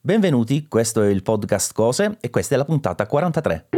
Benvenuti, questo è il podcast Cose e questa è la puntata 43.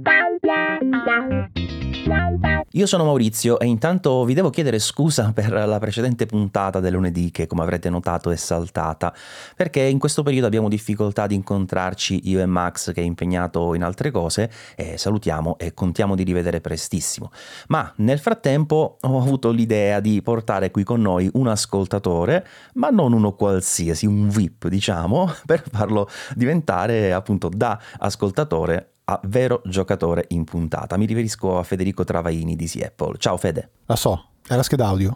Io sono Maurizio e intanto vi devo chiedere scusa per la precedente puntata del lunedì che, come avrete notato, è saltata, perché in questo periodo abbiamo difficoltà di incontrarci io e Max, che è impegnato in altre cose, e salutiamo e contiamo di rivedere prestissimo. Ma nel frattempo ho avuto l'idea di portare qui con noi un ascoltatore, ma non uno qualsiasi, un VIP diciamo, per farlo diventare appunto da ascoltatore a vero giocatore in puntata. Mi riferisco a Federico Travaini di Easy Apple. Ciao Fede. La so, è la scheda audio.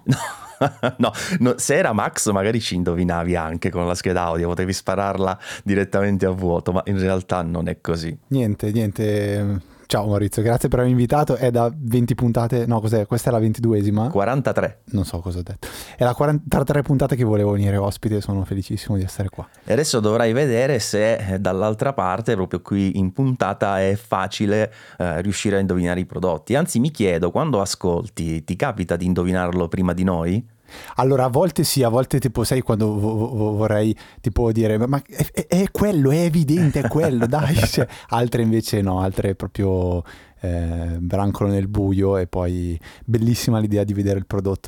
No, se era Max magari ci indovinavi anche con la scheda audio, potevi spararla direttamente a vuoto, ma in realtà non è così. Niente. Ciao Maurizio, grazie per avermi invitato. È da 20 puntate, no cos'è? Questa è la 22esima? 43. Non so cosa ho detto. È la 43 puntate che volevo venire ospite, sono felicissimo di essere qua. E adesso dovrai vedere se dall'altra parte, proprio qui in puntata, è facile riuscire a indovinare i prodotti. Anzi, mi chiedo, quando ascolti, ti capita di indovinarlo prima di noi? Allora, a volte sì, a volte tipo, sai, quando vorrei tipo dire ma è quello, è evidente, è quello, dai. Cioè, altre invece no, altre proprio brancolo nel buio. E poi bellissima l'idea di vedere il prodotto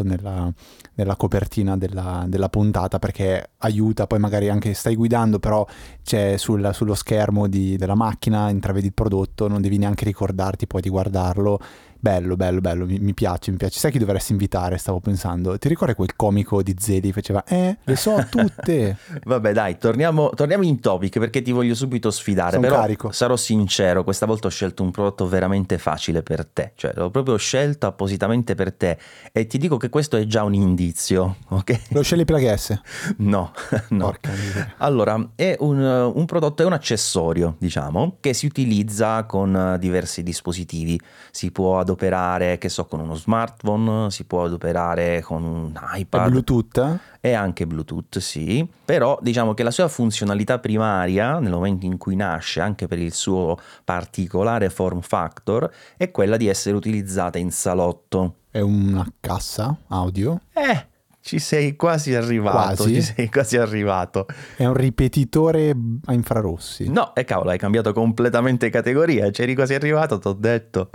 nella copertina della puntata, perché aiuta. Poi magari anche stai guidando, però c'è sullo schermo della macchina, intravedi il prodotto, non devi neanche ricordarti poi di guardarlo. Bello, mi piace. Sai chi dovresti invitare, stavo pensando. Ti ricordi quel comico di Zeli che faceva le so tutte? Vabbè dai, torniamo in topic, perché ti voglio subito sfidare. Sono però carico. Sarò sincero, questa volta ho scelto un prodotto veramente facile per te, cioè l'ho proprio scelto appositamente per te, e ti dico che questo è già un indizio, ok? Lo scegli Plug S? No. Porca miseria. Allora, è un prodotto, è un accessorio, diciamo, che si utilizza con diversi dispositivi. Si può adoperare, che so, con uno smartphone, si può adoperare con un iPad. È Bluetooth? E anche Bluetooth, sì. Però diciamo che la sua funzionalità primaria, nel momento in cui nasce, anche per il suo particolare form factor, è quella di essere utilizzata in salotto. È una cassa audio? Ci sei quasi arrivato. Quasi? Ci sei quasi arrivato. È un ripetitore a infrarossi? No, e cavolo, hai cambiato completamente categoria. C'eri quasi arrivato, t'ho detto.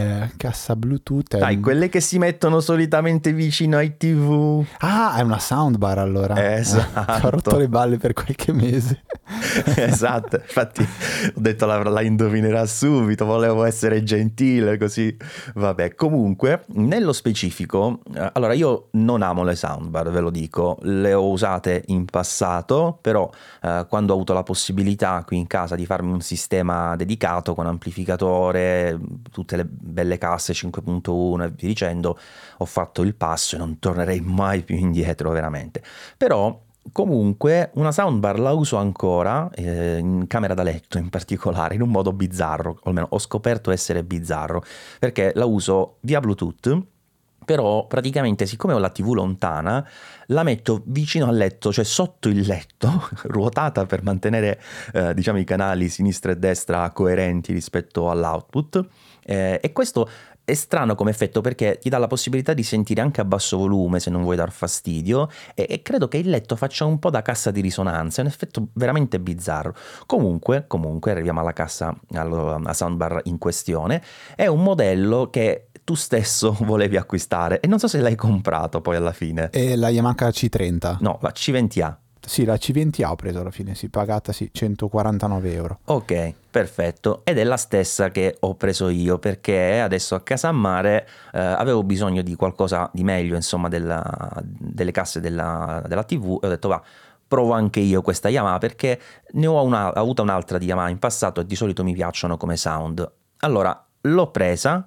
Cassa Bluetooth. Dai, quelle che si mettono solitamente vicino ai TV. Ah, è una soundbar allora. Esatto. Ho rotto le balle per qualche mese. Esatto, infatti ho detto la indovinerà subito, volevo essere gentile così. Vabbè, comunque, nello specifico, allora io non amo le soundbar, ve lo dico, le ho usate in passato, però quando ho avuto la possibilità qui in casa di farmi un sistema dedicato con amplificatore, tutte le belle casse 5.1 e via dicendo, ho fatto il passo e non tornerei mai più indietro veramente. Però comunque una soundbar la uso ancora, in camera da letto in particolare, in un modo bizzarro, o almeno ho scoperto essere bizzarro, perché la uso via Bluetooth. Però praticamente, siccome ho la TV lontana, la metto vicino al letto, cioè sotto il letto, ruotata per mantenere diciamo i canali sinistra e destra coerenti rispetto all'output, e questo è strano come effetto, perché ti dà la possibilità di sentire anche a basso volume se non vuoi dar fastidio, e credo che il letto faccia un po' da cassa di risonanza. È un effetto veramente bizzarro. Comunque arriviamo alla soundbar in questione. È un modello che tu stesso volevi acquistare e non so se l'hai comprato poi alla fine. È la Yamaha C30? No, la C20A. Sì, la C20A ho preso alla fine, sì, pagata sì, 149 euro. Ok, perfetto. Ed è la stessa che ho preso io, perché adesso a casa a mare avevo bisogno di qualcosa di meglio, insomma, delle casse della TV, e ho detto va, provo anche io questa Yamaha, perché ne ho avuta un'altra di Yamaha in passato e di solito mi piacciono come sound. Allora, l'ho presa.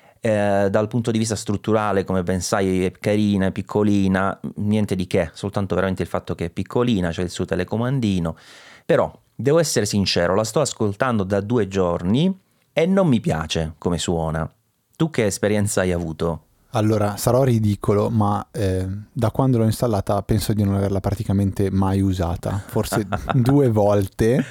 Dal punto di vista strutturale, come ben sai, è carina, è piccolina, niente di che, soltanto veramente il fatto che è piccolina, c'è il suo telecomandino. Però devo essere sincero, la sto ascoltando da 2 giorni e non mi piace come suona. Tu che esperienza hai avuto? Allora, sarò ridicolo, ma da quando l'ho installata penso di non averla praticamente mai usata, forse due volte,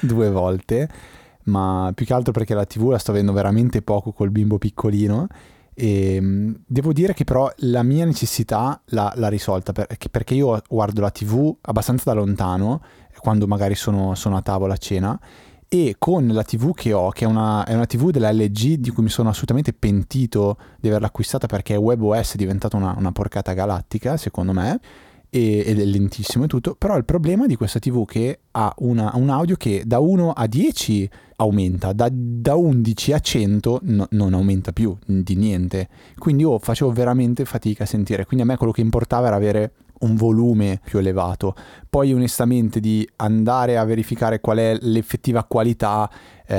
ma più che altro perché la TV la sto avendo veramente poco col bimbo piccolino. E devo dire che però la mia necessità l'ha risolta, perché io guardo la TV abbastanza da lontano, quando magari sono a tavola a cena. E con la TV che ho, che è una TV della LG di cui mi sono assolutamente pentito di averla acquistata, perché WebOS è diventata una porcata galattica secondo me, ed è lentissimo e tutto. Però il problema di questa TV che ha un audio che da 1 a 10 aumenta, da 11 a 100 non aumenta più di niente, quindi io facevo veramente fatica a sentire. Quindi a me quello che importava era avere un volume più elevato. Poi onestamente di andare a verificare qual è l'effettiva qualità,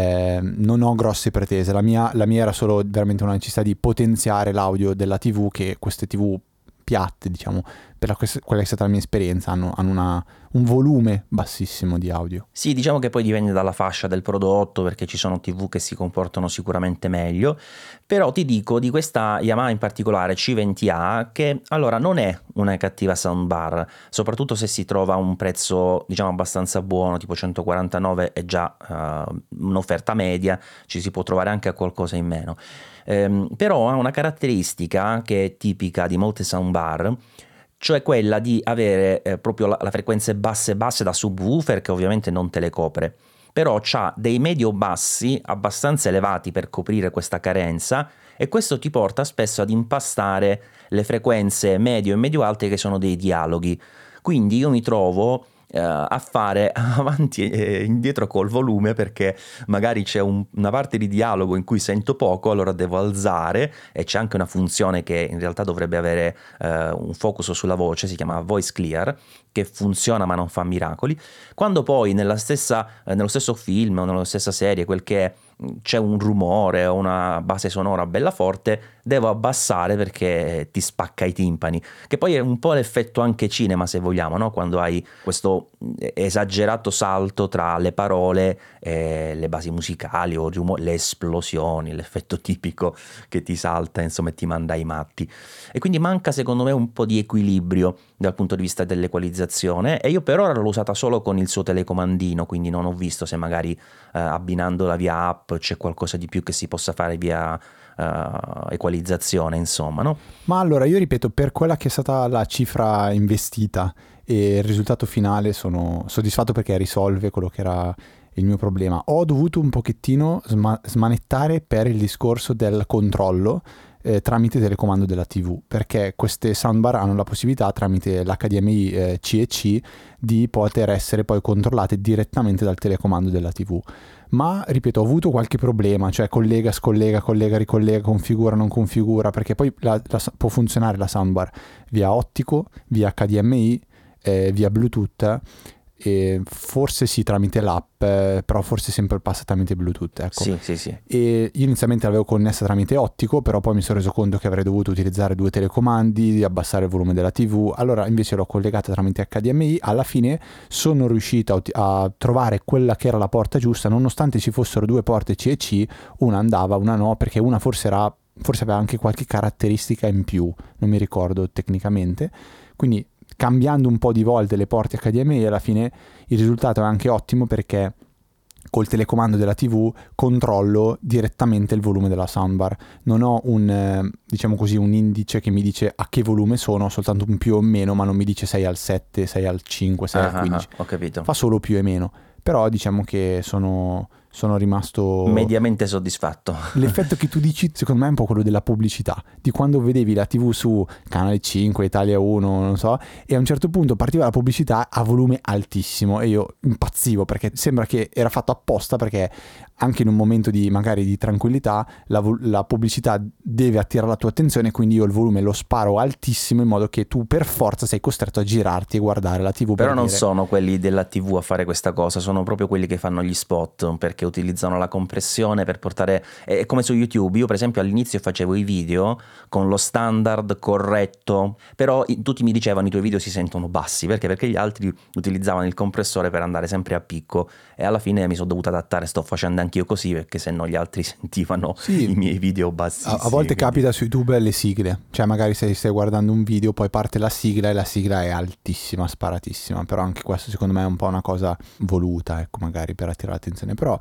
non ho grosse pretese. La mia era solo veramente una necessità di potenziare l'audio della TV, che queste TV piatte, diciamo, per quella che è stata la mia esperienza, hanno un volume bassissimo di audio. Sì, diciamo che poi dipende dalla fascia del prodotto, perché ci sono TV che si comportano sicuramente meglio, però ti dico di questa Yamaha in particolare C20A che allora non è una cattiva soundbar, soprattutto se si trova a un prezzo diciamo abbastanza buono, tipo 149 è già un'offerta media, ci si può trovare anche a qualcosa in meno. Però ha una caratteristica che è tipica di molte soundbar, cioè quella di avere proprio la frequenze basse da subwoofer, che ovviamente non te le copre, però c'ha dei medio-bassi abbastanza elevati per coprire questa carenza, e questo ti porta spesso ad impastare le frequenze medio e medio-alte che sono dei dialoghi. Quindi io mi trovo a fare avanti e indietro col volume, perché magari c'è una parte di dialogo in cui sento poco, allora devo alzare, e c'è anche una funzione che in realtà dovrebbe avere un focus sulla voce, si chiama voice clear, che funziona ma non fa miracoli. Quando poi nello stesso film o nella stessa serie quel che è, c'è un rumore o una base sonora bella forte, devo abbassare perché ti spacca i timpani, che poi è un po' l'effetto anche cinema, se vogliamo, no? Quando hai questo esagerato salto tra le parole e le basi musicali o le esplosioni, l'effetto tipico che ti salta, insomma, e ti manda ai matti. E quindi manca secondo me un po' di equilibrio dal punto di vista dell'equalizzazione, e io per ora l'ho usata solo con il suo telecomandino, quindi non ho visto se magari abbinandola via app c'è qualcosa di più che si possa fare via equalizzazione, insomma, no? Ma allora io ripeto, per quella che è stata la cifra investita e il risultato finale sono soddisfatto, perché risolve quello che era il mio problema. Ho dovuto un pochettino smanettare per il discorso del controllo tramite telecomando della TV, perché queste soundbar hanno la possibilità tramite l'HDMI C e C di poter essere poi controllate direttamente dal telecomando della TV. Ma ripeto, ho avuto qualche problema, cioè collega, scollega, collega, ricollega, configura, non configura, perché poi può funzionare la soundbar via ottico, via HDMI, via Bluetooth, e forse sì tramite l'app, però forse sempre passa tramite Bluetooth, ecco. Sì. E io inizialmente l'avevo connessa tramite ottico, però poi mi sono reso conto che avrei dovuto utilizzare 2 telecomandi, di abbassare il volume della TV, allora invece l'ho collegata tramite HDMI. Alla fine sono riuscito a trovare quella che era la porta giusta, nonostante ci fossero 2 porte C e C, una andava, una no, perché una forse aveva anche qualche caratteristica in più, non mi ricordo tecnicamente, quindi cambiando un po' di volte le porte HDMI alla fine il risultato è anche ottimo, perché col telecomando della TV controllo direttamente il volume della soundbar, non ho diciamo così, un indice che mi dice a che volume sono, ho soltanto un più o meno, ma non mi dice 6 al 7, 6 al 5, 6 al 15, ho capito. Fa solo più e meno, però diciamo che sono rimasto mediamente soddisfatto. L'effetto che tu dici secondo me è un po' quello della pubblicità, di quando vedevi la TV su Canale 5, Italia 1, non so, e a un certo punto partiva la pubblicità a volume altissimo e io impazzivo, perché sembra che era fatto apposta, perché anche in un momento di magari di tranquillità la pubblicità deve attirare la tua attenzione, quindi io il volume lo sparo altissimo in modo che tu per forza sei costretto a girarti e guardare la TV. Però non sono quelli della TV a fare questa cosa, sono proprio quelli che fanno gli spot, perché utilizzano la compressione per portare, è come su YouTube. Io per esempio all'inizio facevo i video con lo standard corretto, però tutti mi dicevano i tuoi video si sentono bassi, perché gli altri utilizzavano il compressore per andare sempre a picco, e alla fine mi sono dovuto adattare, sto facendo anch'io così, perché se no gli altri sentivano i miei video bassissimi. A volte capita su YouTube le sigle, cioè magari se stai guardando un video poi parte la sigla e la sigla è altissima, sparatissima, però anche questo secondo me è un po' una cosa voluta, ecco, magari per attirare l'attenzione. Però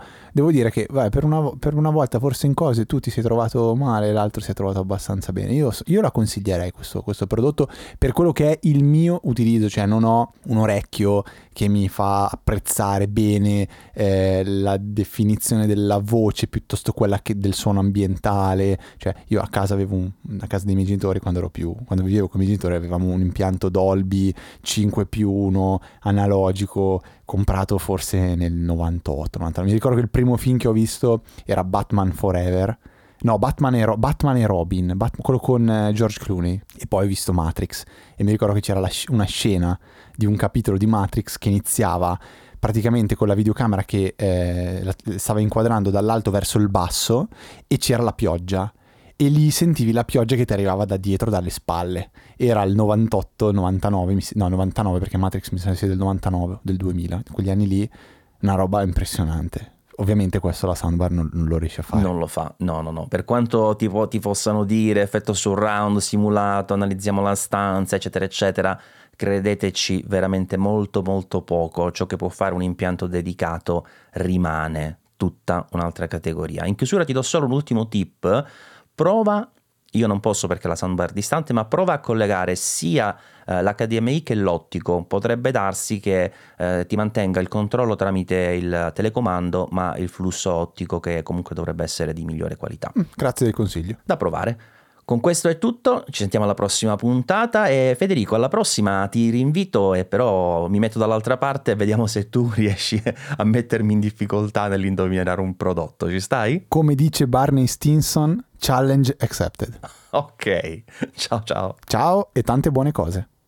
devo dire che per una volta forse in cose tu ti sei trovato male, l'altro si è trovato abbastanza bene. Io la consiglierei questo prodotto per quello che è il mio utilizzo, cioè non ho un orecchio che mi fa apprezzare bene la definizione della voce piuttosto quella che del suono ambientale. Cioè io a casa avevo a casa dei miei genitori, quando vivevo con i miei genitori, avevamo un impianto Dolby 5+1 analogico comprato forse nel 98. Mi ricordo che il primo film che ho visto era Batman Forever. No, Batman e Robin, quello con George Clooney. E poi ho visto Matrix e mi ricordo che c'era una scena di un capitolo di Matrix che iniziava praticamente con la videocamera che stava inquadrando dall'alto verso il basso e c'era la pioggia. E lì sentivi la pioggia che ti arrivava da dietro, dalle spalle. Era il 98, 99, 99 perché Matrix mi sa sia del 99, del 2000, quegli anni lì, una roba impressionante. Ovviamente questo la soundbar non lo riesce a fare. Non lo fa, no. Per quanto ti possano dire effetto surround, simulato, analizziamo la stanza, eccetera, eccetera, credeteci veramente molto molto poco. Ciò che può fare un impianto dedicato rimane tutta un'altra categoria. In chiusura ti do solo un ultimo tip. Prova, io non posso perché la soundbar è distante, ma prova a collegare sia l'HDMI che l'ottico. Potrebbe darsi che ti mantenga il controllo tramite il telecomando, ma il flusso ottico che comunque dovrebbe essere di migliore qualità. Grazie del consiglio. Da provare. Con questo è tutto, ci sentiamo alla prossima puntata e Federico, alla prossima ti rinvito e però mi metto dall'altra parte e vediamo se tu riesci a mettermi in difficoltà nell'indovinare un prodotto, ci stai? Come dice Barney Stinson, challenge accepted. Ok, ciao. Ciao e tante buone cose.